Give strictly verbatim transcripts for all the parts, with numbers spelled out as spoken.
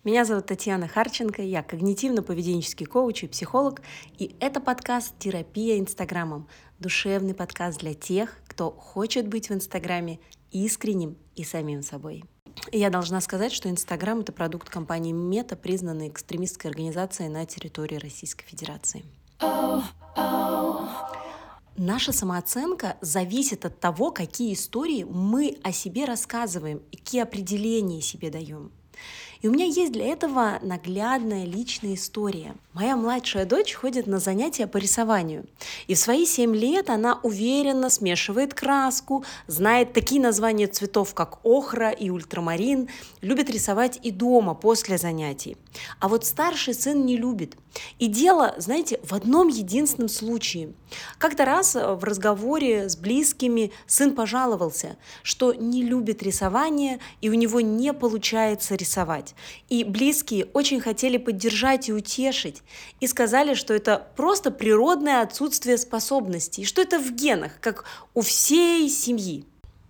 Меня зовут Татьяна Харченко, я когнитивно-поведенческий коуч и психолог, и это подкаст «Терапия Инстаграмом», душевный подкаст для тех, кто хочет быть в Инстаграме искренним и самим собой. И я должна сказать, что Инстаграм — это продукт компании Мета, признанной экстремистской организацией на территории Российской Федерации. Oh, oh. Наша самооценка зависит от того, какие истории мы о себе рассказываем и какие определения себе даем. И у меня есть для этого наглядная личная история. Моя младшая дочь ходит на занятия по рисованию. И в свои семь лет она уверенно смешивает краску, знает такие названия цветов, как охра и ультрамарин, любит рисовать и дома после занятий. А вот старший сын не любит. И дело, знаете, в одном единственном случае. Как-то раз в разговоре с близкими сын пожаловался, что не любит рисование и у него не получается рисовать. И близкие очень хотели поддержать и утешить, и сказали, что это просто природное отсутствие способностей, что это в генах, как у всей семьи.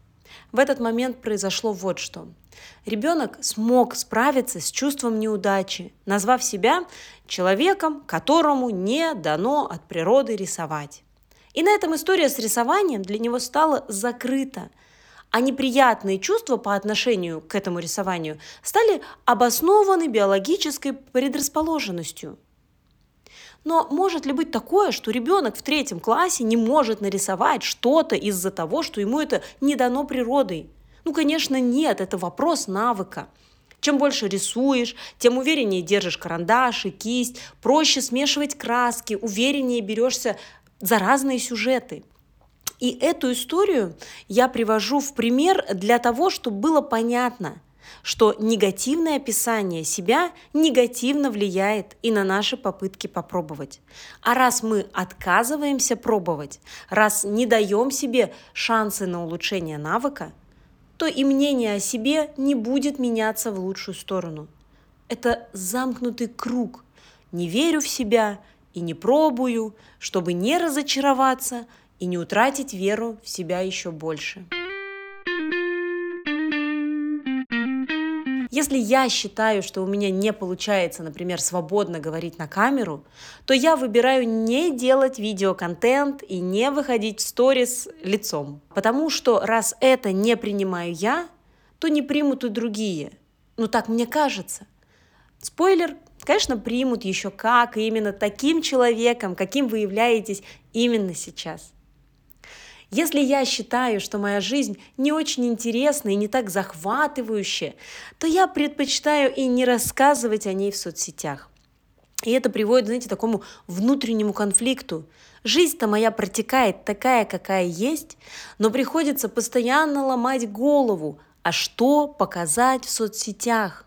В этот момент произошло вот что. Ребенок смог справиться с чувством неудачи, назвав себя человеком, которому не дано от природы рисовать. И на этом история с рисованием для него стала закрыта. А неприятные чувства по отношению к этому рисованию стали обоснованы биологической предрасположенностью. Но может ли быть такое, что ребенок в третьем классе не может нарисовать что-то из-за того, что ему это не дано природой? Ну, конечно, нет, это вопрос навыка. Чем больше рисуешь, тем увереннее держишь карандаш и кисть, проще смешивать краски, увереннее берешься за разные сюжеты. И эту историю я привожу в пример для того, чтобы было понятно, что негативное описание себя негативно влияет и на наши попытки попробовать. А раз мы отказываемся пробовать, раз не даем себе шансы на улучшение навыка, то и мнение о себе не будет меняться в лучшую сторону. Это замкнутый круг. Не верю в себя и не пробую, чтобы не разочароваться и не утратить веру в себя еще больше. Если я считаю, что у меня не получается, например, свободно говорить на камеру, то я выбираю не делать видеоконтент и не выходить в сторис лицом. Потому что раз это не принимаю я, то не примут и другие. Ну так мне кажется. Спойлер, конечно, примут еще как, и именно таким человеком, каким вы являетесь именно сейчас. Если я считаю, что моя жизнь не очень интересна и не так захватывающая, то я предпочитаю и не рассказывать о ней в соцсетях. И это приводит, знаете, к такому внутреннему конфликту. Жизнь-то моя протекает такая, какая есть, но приходится постоянно ломать голову, а что показать в соцсетях?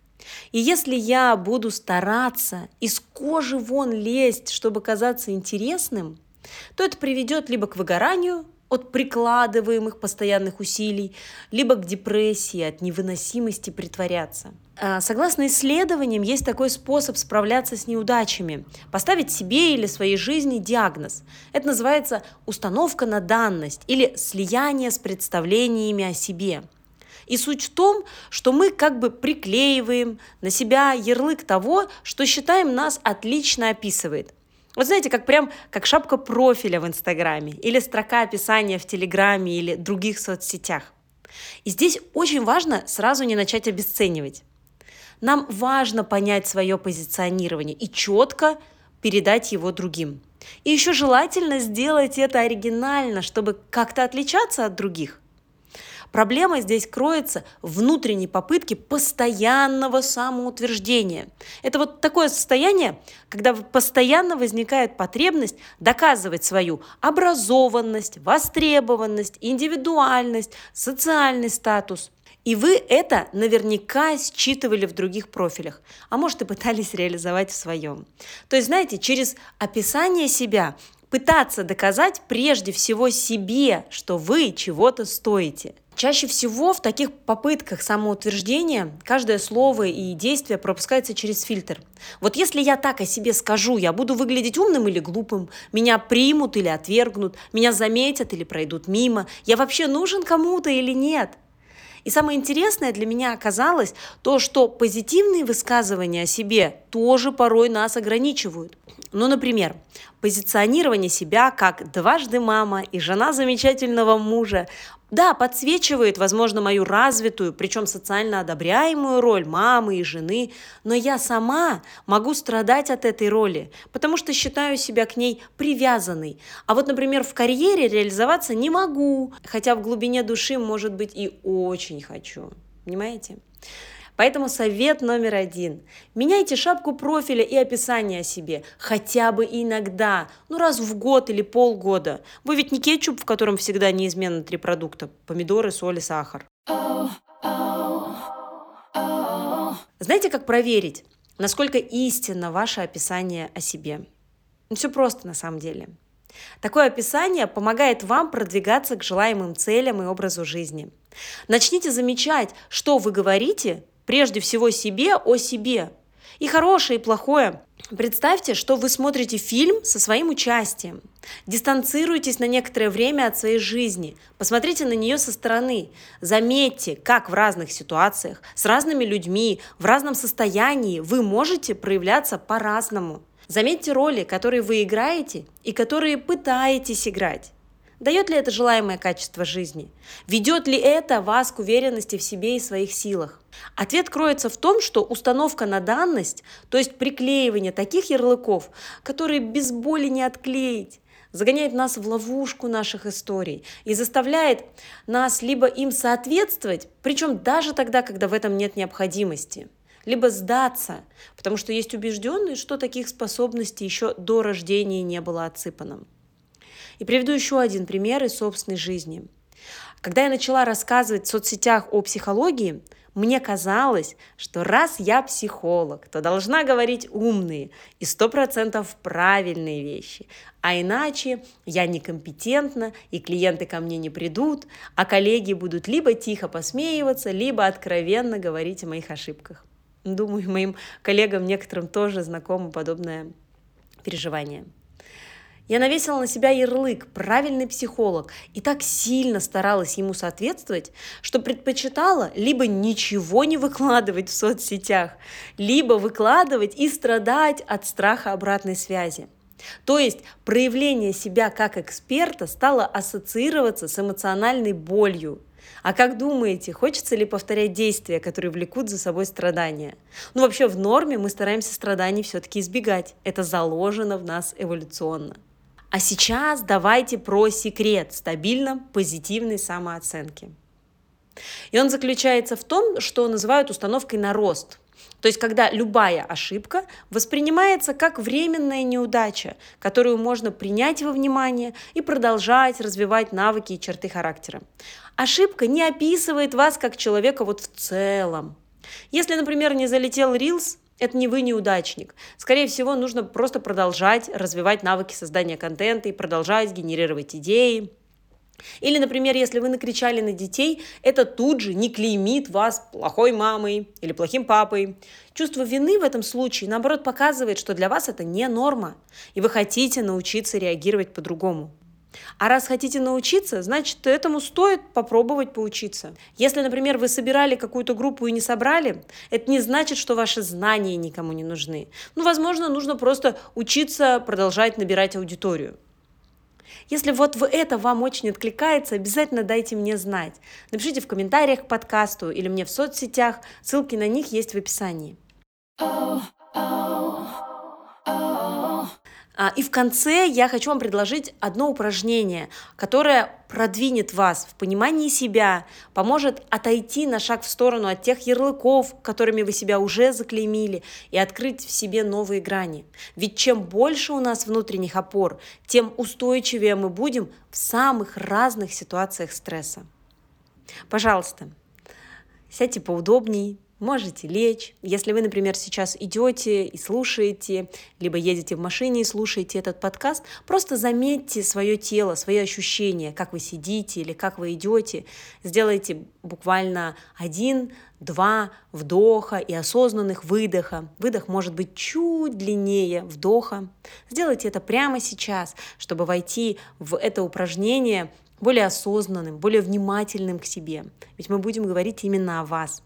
И если я буду стараться из кожи вон лезть, чтобы казаться интересным, то это приведет либо к выгоранию от прикладываемых постоянных усилий, либо к депрессии от невыносимости притворяться. Согласно исследованиям, есть такой способ справляться с неудачами – поставить себе или своей жизни диагноз. Это называется установка на данность или слияние с представлениями о себе. И суть в том, что мы как бы приклеиваем на себя ярлык того, что считаем нас отлично описывает. Вот знаете, как прям как шапка профиля в Инстаграме или строка описания в Телеграме или других соцсетях. И здесь очень важно сразу не начать обесценивать. Нам важно понять свое позиционирование и четко передать его другим. И еще желательно сделать это оригинально, чтобы как-то отличаться от других. Проблема здесь кроется в внутренней попытке постоянного самоутверждения. Это вот такое состояние, когда постоянно возникает потребность доказывать свою образованность, востребованность, индивидуальность, социальный статус. И вы это наверняка считывали в других профилях, а может и пытались реализовать в своем. То есть, знаете, через описание себя пытаться доказать прежде всего себе, что вы чего-то стоите. Чаще всего в таких попытках самоутверждения каждое слово и действие пропускается через фильтр. Вот если я так о себе скажу, я буду выглядеть умным или глупым, меня примут или отвергнут, меня заметят или пройдут мимо, я вообще нужен кому-то или нет? И самое интересное для меня оказалось то, что позитивные высказывания о себе тоже порой нас ограничивают. Ну, например, позиционирование себя как дважды мама и жена замечательного мужа, да, подсвечивает, возможно, мою развитую, причем социально одобряемую роль мамы и жены, но я сама могу страдать от этой роли, потому что считаю себя к ней привязанной. А вот, например, в карьере реализоваться не могу, хотя в глубине души, может быть, и очень хочу. Понимаете? Поэтому совет номер один. Меняйте шапку профиля и описание о себе. Хотя бы иногда, ну раз в год или полгода. Вы ведь не кетчуп, в котором всегда неизменно три продукта. Помидоры, соль и сахар. Знаете, как проверить, насколько истинно ваше описание о себе? Все просто на самом деле. Такое описание помогает вам продвигаться к желаемым целям и образу жизни. Начните замечать, что вы говорите, прежде всего себе о себе. И хорошее, и плохое. Представьте, что вы смотрите фильм со своим участием. Дистанцируйтесь на некоторое время от своей жизни. Посмотрите на нее со стороны. Заметьте, как в разных ситуациях, с разными людьми, в разном состоянии вы можете проявляться по-разному. Заметьте роли, которые вы играете и которые пытаетесь играть. Дает ли это желаемое качество жизни? Ведет ли это вас к уверенности в себе и своих силах? Ответ кроется в том, что установка на данность, то есть приклеивание таких ярлыков, которые без боли не отклеить, загоняет нас в ловушку наших историй и заставляет нас либо им соответствовать, причем даже тогда, когда в этом нет необходимости, либо сдаться, потому что есть убежденные, что таких способностей еще до рождения не было отсыпано. И приведу еще один пример из собственной жизни. Когда я начала рассказывать в соцсетях о психологии, мне казалось, что раз я психолог, то должна говорить умные и сто процентов правильные вещи, а иначе я некомпетентна, и клиенты ко мне не придут, а коллеги будут либо тихо посмеиваться, либо откровенно говорить о моих ошибках. Думаю, моим коллегам некоторым тоже знакомо подобное переживание. Я навесила на себя ярлык «правильный психолог» и так сильно старалась ему соответствовать, что предпочитала либо ничего не выкладывать в соцсетях, либо выкладывать и страдать от страха обратной связи. То есть проявление себя как эксперта стало ассоциироваться с эмоциональной болью. А как думаете, хочется ли повторять действия, которые влекут за собой страдания? Ну вообще в норме мы стараемся страданий все-таки избегать. Это заложено в нас эволюционно. А сейчас давайте про секрет стабильно позитивной самооценки. И он заключается в том, что называют установкой на рост. То есть, когда любая ошибка воспринимается как временная неудача, которую можно принять во внимание и продолжать развивать навыки и черты характера. Ошибка не описывает вас как человека вот в целом. Если, например, не залетел рилс, это не вы неудачник. Скорее всего, нужно просто продолжать развивать навыки создания контента и продолжать генерировать идеи. Или, например, если вы накричали на детей, это тут же не клеймит вас плохой мамой или плохим папой. Чувство вины в этом случае, наоборот, показывает, что для вас это не норма, и вы хотите научиться реагировать по-другому. А раз хотите научиться, значит, этому стоит попробовать поучиться. Если, например, вы собирали какую-то группу и не собрали, это не значит, что ваши знания никому не нужны. Ну, возможно, нужно просто учиться продолжать набирать аудиторию. Если вот это вам очень откликается, обязательно дайте мне знать. Напишите в комментариях к подкасту или мне в соцсетях. Ссылки на них есть в описании. И в конце я хочу вам предложить одно упражнение, которое продвинет вас в понимании себя, поможет отойти на шаг в сторону от тех ярлыков, которыми вы себя уже заклеймили, и открыть в себе новые грани. Ведь чем больше у нас внутренних опор, тем устойчивее мы будем в самых разных ситуациях стресса. Пожалуйста, сядьте поудобней. Можете лечь. Если вы, например, сейчас идете и слушаете, либо едете в машине и слушаете этот подкаст, просто заметьте свое тело, свои ощущения, как вы сидите или как вы идете. Сделайте буквально один-два вдоха и осознанных выдоха. Выдох может быть чуть длиннее вдоха. Сделайте это прямо сейчас, чтобы войти в это упражнение более осознанным, более внимательным к себе. Ведь мы будем говорить именно о вас.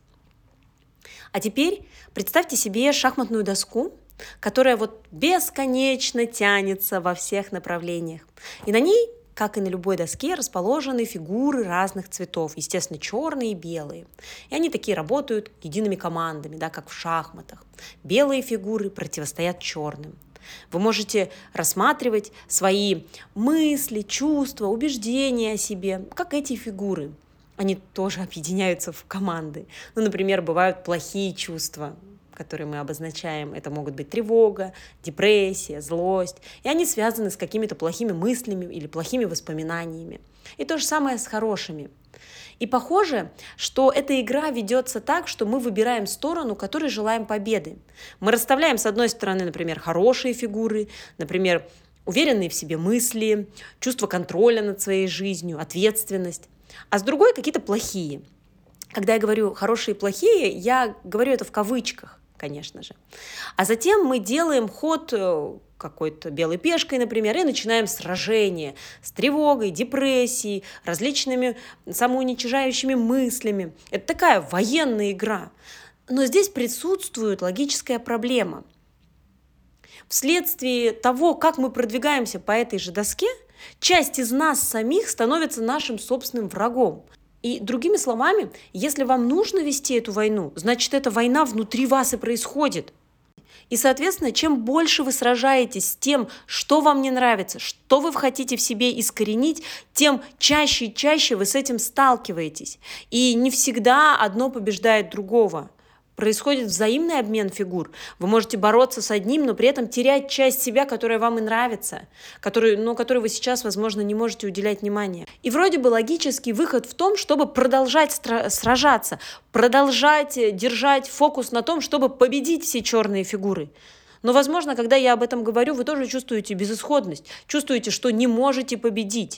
А теперь представьте себе шахматную доску, которая вот бесконечно тянется во всех направлениях. И на ней, как и на любой доске, расположены фигуры разных цветов, естественно, черные и белые. И они такие работают едиными командами, да, как в шахматах. Белые фигуры противостоят черным. Вы можете рассматривать свои мысли, чувства, убеждения о себе, как эти фигуры. Они тоже объединяются в команды. Ну, например, бывают плохие чувства, которые мы обозначаем. Это могут быть тревога, депрессия, злость. И они связаны с какими-то плохими мыслями или плохими воспоминаниями. И то же самое с хорошими. И похоже, что эта игра ведется так, что мы выбираем сторону, которой желаем победы. Мы расставляем, с одной стороны, например, хорошие фигуры, например, уверенные в себе мысли, чувство контроля над своей жизнью, ответственность, а с другой какие-то плохие. Когда я говорю «хорошие» и «плохие», я говорю это в кавычках, конечно же. А затем мы делаем ход какой-то белой пешкой, например, и начинаем сражение с тревогой, депрессией, различными самоуничижающими мыслями. Это такая военная игра. Но здесь присутствует логическая проблема. Вследствие того, как мы продвигаемся по этой же доске, часть из нас самих становится нашим собственным врагом. И другими словами, если вам нужно вести эту войну, значит, эта война внутри вас и происходит. И, соответственно, чем больше вы сражаетесь с тем, что вам не нравится, что вы хотите в себе искоренить, тем чаще и чаще вы с этим сталкиваетесь. И не всегда одно побеждает другого. Происходит взаимный обмен фигур. Вы можете бороться с одним, но при этом терять часть себя, которая вам и нравится, которую, но которой вы сейчас, возможно, не можете уделять внимания. И вроде бы логический выход в том, чтобы продолжать стра- сражаться, продолжать держать фокус на том, чтобы победить все черные фигуры. Но, возможно, когда я об этом говорю, вы тоже чувствуете безысходность, чувствуете, что не можете победить,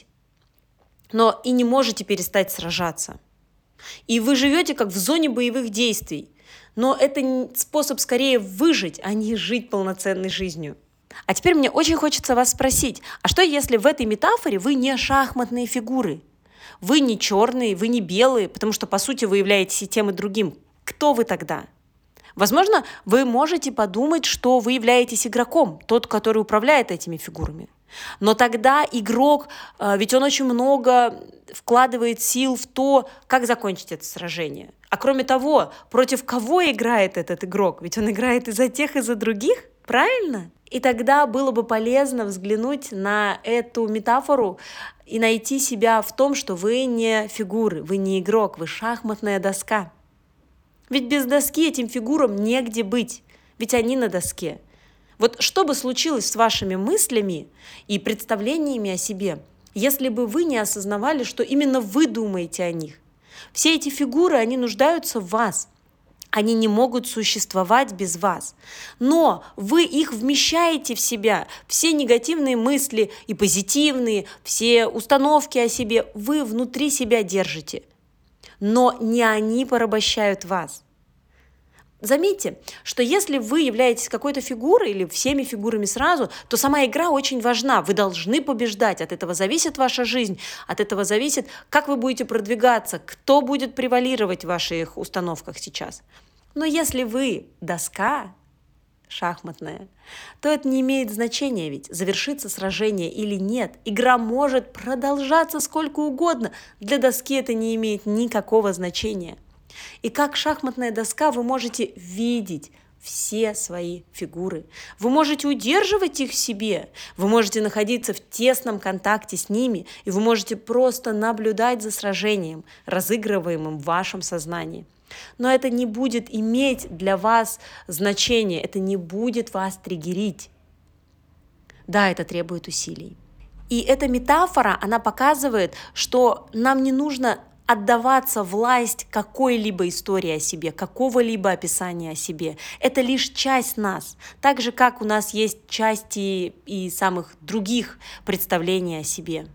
но и не можете перестать сражаться. И вы живете как в зоне боевых действий. Но это способ скорее выжить, а не жить полноценной жизнью. А теперь мне очень хочется вас спросить, а что если в этой метафоре вы не шахматные фигуры? Вы не черные, вы не белые, потому что, по сути, вы являетесь и тем, и другим. Кто вы тогда? Возможно, вы можете подумать, что вы являетесь игроком, тот, который управляет этими фигурами. Но тогда игрок, ведь он очень много вкладывает сил в то, как закончить это сражение. А кроме того, против кого играет этот игрок? Ведь он играет и за тех, и за других, правильно? И тогда было бы полезно взглянуть на эту метафору и найти себя в том, что вы не фигуры, вы не игрок, вы шахматная доска. Ведь без доски этим фигурам негде быть, ведь они на доске. Вот что бы случилось с вашими мыслями и представлениями о себе, если бы вы не осознавали, что именно вы думаете о них? Все эти фигуры, они нуждаются в вас. Они не могут существовать без вас. Но вы их вмещаете в себя. Все негативные мысли и позитивные, все установки о себе вы внутри себя держите. Но не они порабощают вас. Заметьте, что если вы являетесь какой-то фигурой или всеми фигурами сразу, то сама игра очень важна. Вы должны побеждать. От этого зависит ваша жизнь. От этого зависит, как вы будете продвигаться, кто будет превалировать в ваших установках сейчас. Но если вы доска шахматная, то это не имеет значения, ведь завершится сражение или нет. Игра может продолжаться сколько угодно. Для доски это не имеет никакого значения. И как шахматная доска вы можете видеть все свои фигуры. Вы можете удерживать их в себе, вы можете находиться в тесном контакте с ними, и вы можете просто наблюдать за сражением, разыгрываемым в вашем сознании. Но это не будет иметь для вас значения, это не будет вас триггерить. Да, это требует усилий. И эта метафора, она показывает, что нам не нужно отдаваться власть какой-либо истории о себе, какого-либо описания о себе. Это лишь часть нас. Так же, как у нас есть части и самых других представлений о себе.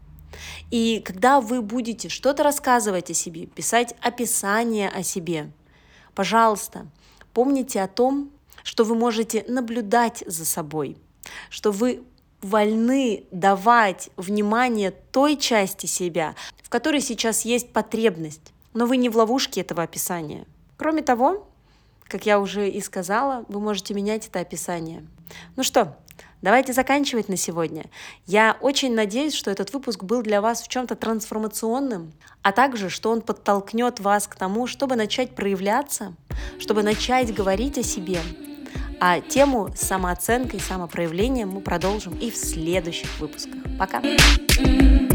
И когда вы будете что-то рассказывать о себе, писать описание о себе, пожалуйста, помните о том, что вы можете наблюдать за собой, что вы вольны давать внимание той части себя, в которой сейчас есть потребность, но вы не в ловушке этого описания. Кроме того, как я уже и сказала, вы можете менять это описание. Ну что, давайте заканчивать на сегодня. Я очень надеюсь, что этот выпуск был для вас в чем-то трансформационным, а также, что он подтолкнет вас к тому, чтобы начать проявляться, чтобы начать говорить о себе. А тему с самооценкой, самопроявлением мы продолжим и в следующих выпусках. Пока!